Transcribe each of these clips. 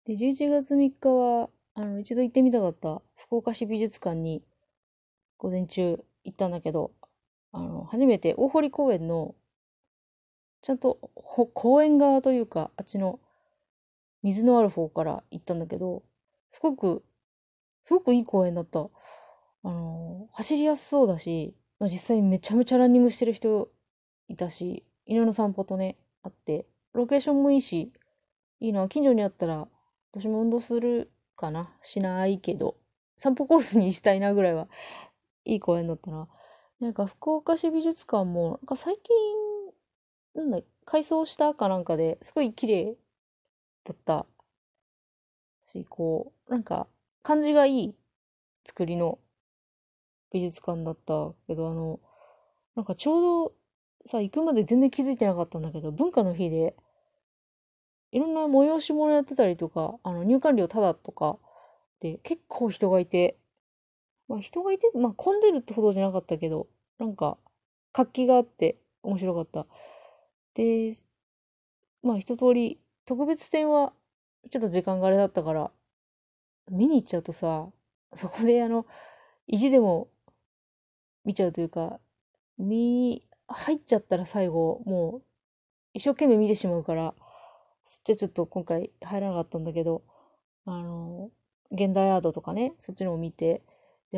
で、11月3日は、一度行ってみたかった福岡市美術館に午前中行ったんだけど、初めて大堀公園の、ちゃんと公園側というか、あっちの水のある方から行ったんだけど、すごく、すごくいい公園だった。走りやすそうだし、まあ、実際めちゃめちゃランニングしてる人いたし、犬の散歩とね、あって、ロケーションもいいし、いいな。近所にあったら、私も運動するかな。しないけど、散歩コースにしたいなぐらいはいい公園だったな。なんか福岡市美術館も、なんか最近、なんだ、改装したかなんかですごい綺麗だったし、こう、なんか感じがいい作りの美術館だったけど、なんかちょうどさ、行くまで全然気づいてなかったんだけど、文化の日で、いろんな催し物やってたりとか、入館料タダとか、で、結構人がいて、まあ人がいて、まあ混んでるってほどじゃなかったけど、なんか、活気があって面白かった。で、まあ一通り、特別展は、ちょっと時間があれだったから、見に行っちゃうとさ、そこで意地でも見ちゃうというか、入っちゃったら最後、もう一生懸命見てしまうから、じゃあちょっと今回入らなかったんだけど、あの、現代アートとかね、そっちのを見て、で、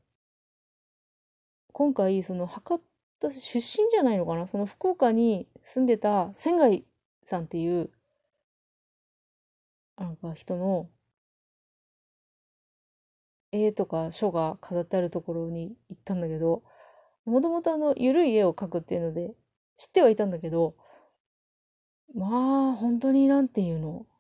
今回、その博多出身じゃないのかな、その福岡に住んでた仙貝さんっていう、なんか人の絵とか書が飾ってあるところに行ったんだけど、もともとゆるい絵を描くっていうので、知ってはいたんだけど、まあ、本当になんていうの、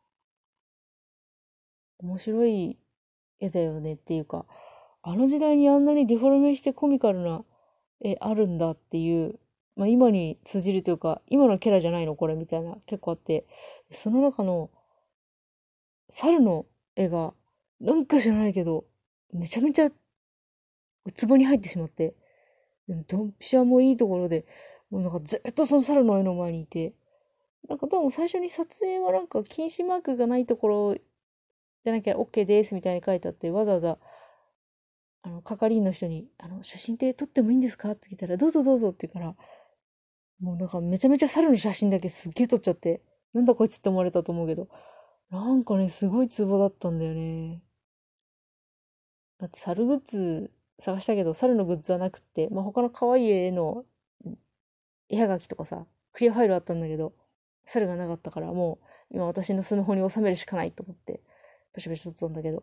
面白い絵だよねっていうか、あの時代にあんなにデフォルメしてコミカルな絵あるんだっていう、まあ今に通じるというか、今のキャラじゃないのこれみたいな結構あって、その中の猿の絵が、なんか知らないけど、めちゃめちゃツボに入ってしまって、ドンピシャもいいところで、もうなんかずっとその猿の絵の前にいて、なんかどうも最初に撮影はなんか禁止マークがないところじゃなきゃ OK ですみたいに書いてあって、わざわざ、係員の人に、写真って撮ってもいいんですかって聞いたら、どうぞどうぞって言うから、もうなんかめちゃめちゃ猿の写真だけすっげえ撮っちゃって、なんだこいつって思われたと思うけど、なんかね、すごいツボだったんだよね。だって猿グッズ探したけど、猿のグッズはなくって、まあ、他の可愛い絵の絵はがきとかさ、クリアファイルあったんだけど、猿がなかったから、もう今私のスマホに収めるしかないと思って、パシャパシャ撮ったんだけど。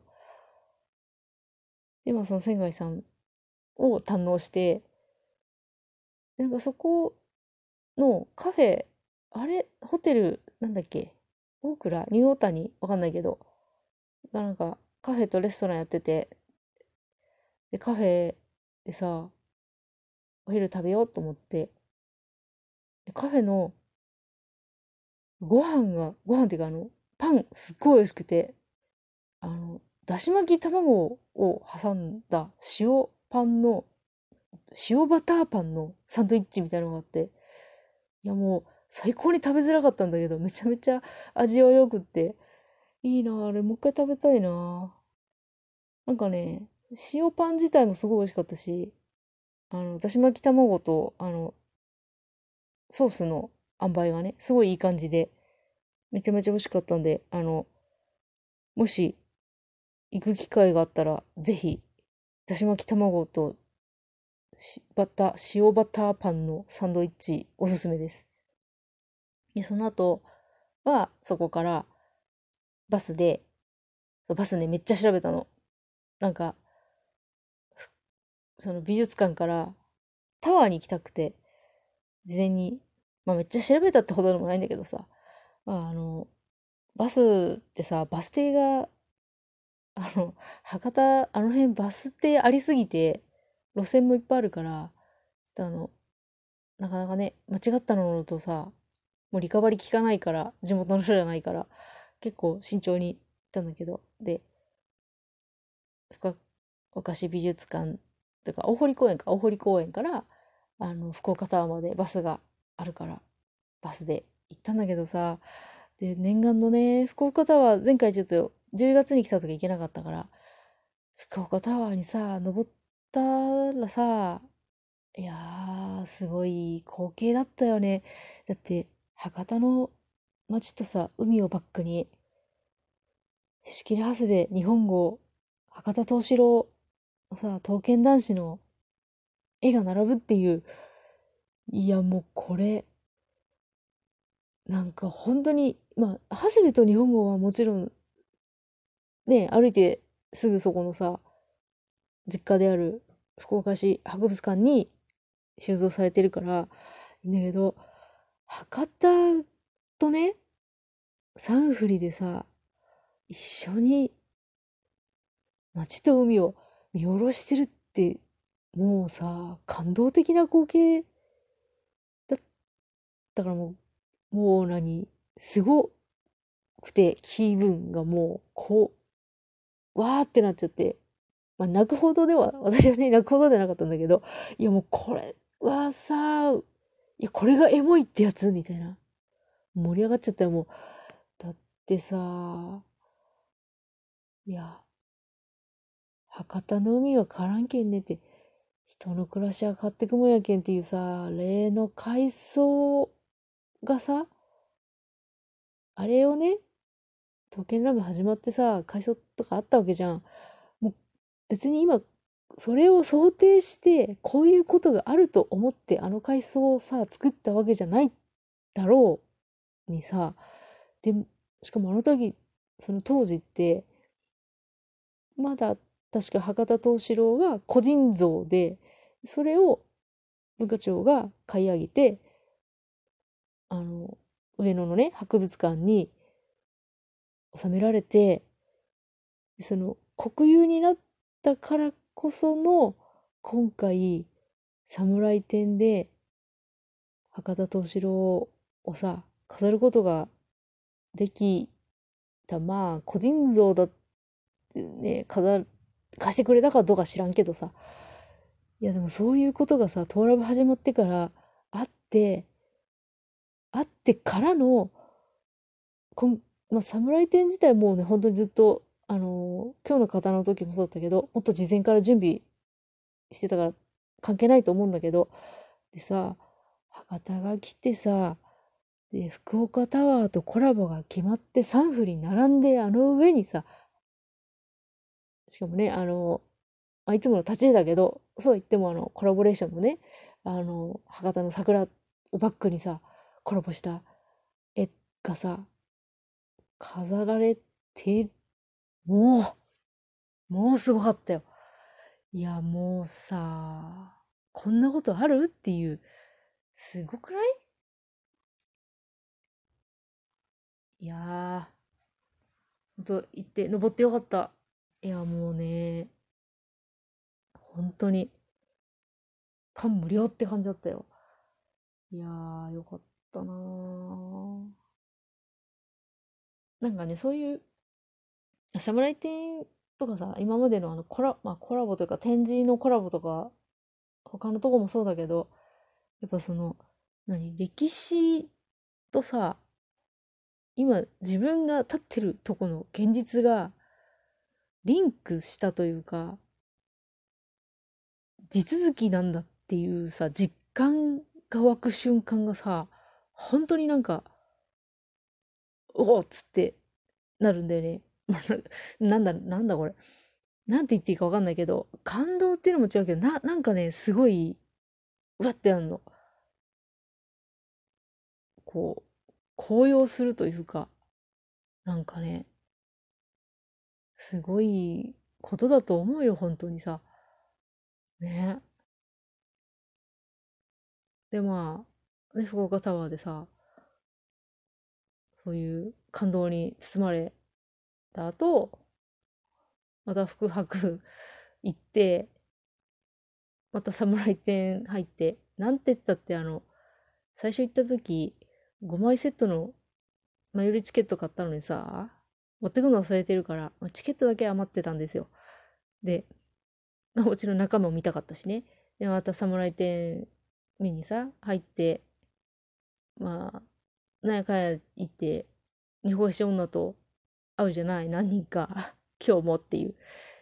で、まあその仙外さんを堪能して、なんかそこのカフェ、あれ、ホテル、なんだっけ、大倉、ニューオータニ、わかんないけど、がなんかカフェとレストランやってて、で、カフェでさ、お昼食べようと思って、カフェのご飯っていうかパンすっごい美味しくて、だし巻き卵を挟んだパンの、塩バターパンのサンドイッチみたいなのがあって、いやもう最高に食べづらかったんだけど、めちゃめちゃ味は良くって、いいなあれもう一回食べたいな。なんかね、塩パン自体もすごい美味しかったし、だし巻き卵と、ソースの塩梅がね、すごいいい感じで、めちゃめちゃ美味しかったんで、もし行く機会があったら、ぜひ、だし巻き卵と塩バターパンのサンドイッチおすすめです。で、その後は、そこからバスで、バスね、めっちゃ調べたの。なんか、その美術館からタワーに行きたくて、事前に、まあめっちゃ調べたってほどでもないんだけどさ、まあバスってさ、バス停が、博多、あの辺バス停ありすぎて、路線もいっぱいあるから、ちょっとなかなかね、間違ったの乗るとさ、もうリカバリ効かないから、地元の人じゃないから、結構慎重に行ったんだけど、で、福岡市美術館とか、大堀公園から、福岡タワーまでバスがあるから、バスで行ったんだけどさ、 で、念願のね、福岡タワー、前回ちょっと10月に来た時行けなかったから、福岡タワーにさ、登ったらさ、いやー、すごい光景だったよね。だって、博多の街とさ、海をバックに、仕切り長谷部、日本語、博多東四郎、さ、刀剣男子の絵が並ぶっていう、いや、もうこれ、なんか本当に、まあ、長谷部と日本語はもちろん、ね、歩いてすぐそこのさ、実家である福岡市博物館に収蔵されてるから、いいんだけど、博多とね、サンフリでさ、一緒に街と海を見下ろしてるって、もうさ、感動的な光景だったからもう何、すごくて気分がもう、わーってなっちゃって、まあ、泣くほどでは、私はね、泣くほどではなかったんだけど、いやもうこれはさ、いや、これがエモいってやつみたいな。盛り上がっちゃったよ、もう。だってさ、いや、博多の海はからんけんねって、人の暮らしは変わってくもんやけんっていうさ、例の海藻がさ、あれをね、刀剣乱舞始まってさ、海藻とかあったわけじゃん。もう別に今、それを想定して、こういうことがあると思って、あの海藻をさ、作ったわけじゃないだろうにさ、で、しかもあの時、その当時って、まだ確か博多藤四郎は個人像で、それを文化庁が買い上げて、あの、上野のね、博物館に収められて、その国有になったからこその、今回、侍店で博多藤四郎をさ、飾ることができた、まあ、個人像だってね、貸してくれたかどうか知らんけどさ、いやでもそういうことがさ、トーラブ始まってからあって、あってからの、こん、まあ、侍店自体もうね、本当にずっと、今日の方の時もそうだったけど、もっと事前から準備してたから関係ないと思うんだけど、でさ、博多が来てさ、で、福岡タワーとコラボが決まってサンフリに並んで、あの上にさ、しかもね、まあ、いつもの立ち絵だけど、そうは言ってもコラボレーションのね、博多の桜をバックにさ、コラボした絵がさ、飾られて、ももうすごかったよ。いや、もうさ、こんなことあるっていう、すごくない？いやー、ほんと行って登ってよかった。いや、もうね、本当に感無量って感じだったよ。いやー、よかったなー。なんかね、そういうサムライテとかさ、今までのまあ、コラボというか展示のコラボとか、他のとこもそうだけど、やっぱその、歴史とさ、今自分が立ってるとこの現実がリンクしたというか、地続きなんだっていうさ、実感が湧く瞬間がさ、本当になんか、おおっつってなるんだよね。なんだこれ。なんて言っていいかわかんないけど、感動っていうのも違うけど、なんかね、すごい、うわってやんの。こ高揚するというか、なんかね、すごいことだと思うよ、本当にさ。ね。で、まあ、ね、福岡タワーでさ、そういう感動に包まれた後、また福博行って、また侍店入って、なんて言ったって最初行った時、5枚セットの前売りチケット買ったのにさ、持ってくの忘れてるから、チケットだけ余ってたんですよ。で、もちろん中も見たかったしね。で、また侍店見にさ、入って、まあ、なんやかんや行って、 日本酒女と会うじゃない、何人か。今日もっていう。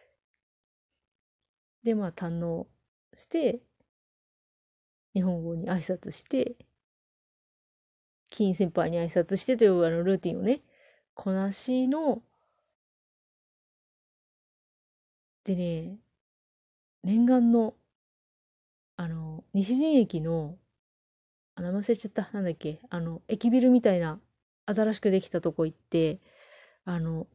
で、まあ、堪能して、日本語に挨拶して、金先輩に挨拶してというルーティンをね、こなしの、でね、念願の、西陣駅の、名前忘れちゃった。なんだっけ。駅ビルみたいな、新しくできたとこ行って、あの、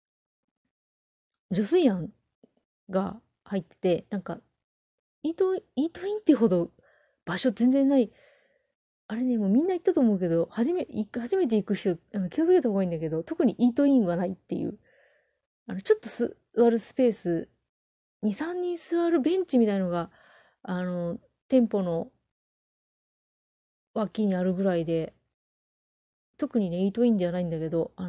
除水庵が入ってて、なんか、イートインってほど場所全然ない。あれね、もうみんな行ったと思うけど、初めて行く人、気をつけた方がいいんだけど、特にイートインはないっていう。ちょっと座るスペース、2、3人座るベンチみたいのが、あの、店舗の脇にあるぐらいで、特にね、イートインではないんだけど、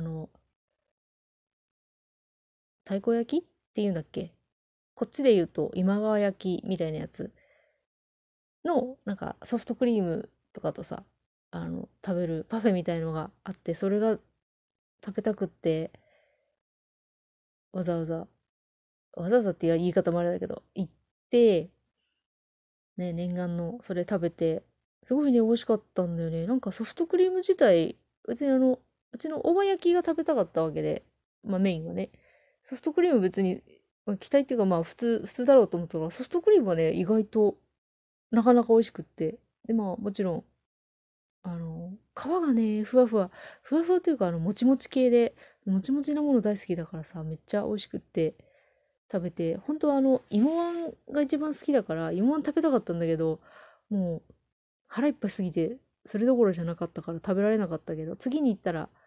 太鼓焼きっていうんだっけ。こっちで言うと今川焼きみたいなやつの、なんかソフトクリームとかとさ、食べるパフェみたいのがあって、それが食べたくって、わざわざ、わざわざっていう言い方もあれだけど、行って、ね、念願のそれ食べて、すごいね、美味しかったんだよね。なんかソフトクリーム自体、別にうちの大判焼きが食べたかったわけで、まあメインはね。ソフトクリーム別に、まあ、期待っていうかまあ普通だろうと思ったら、ソフトクリームはね、意外となかなか美味しくって。で、まあもちろん、皮がね、ふわふわというかもちもち系で、もちもちなもの大好きだからさ、めっちゃ美味しくって、食べて、本当は芋あんが一番好きだから、芋あん食べたかったんだけど、もう腹いっぱいすぎて、それどころじゃなかったから食べられなかったけど、次に行ったら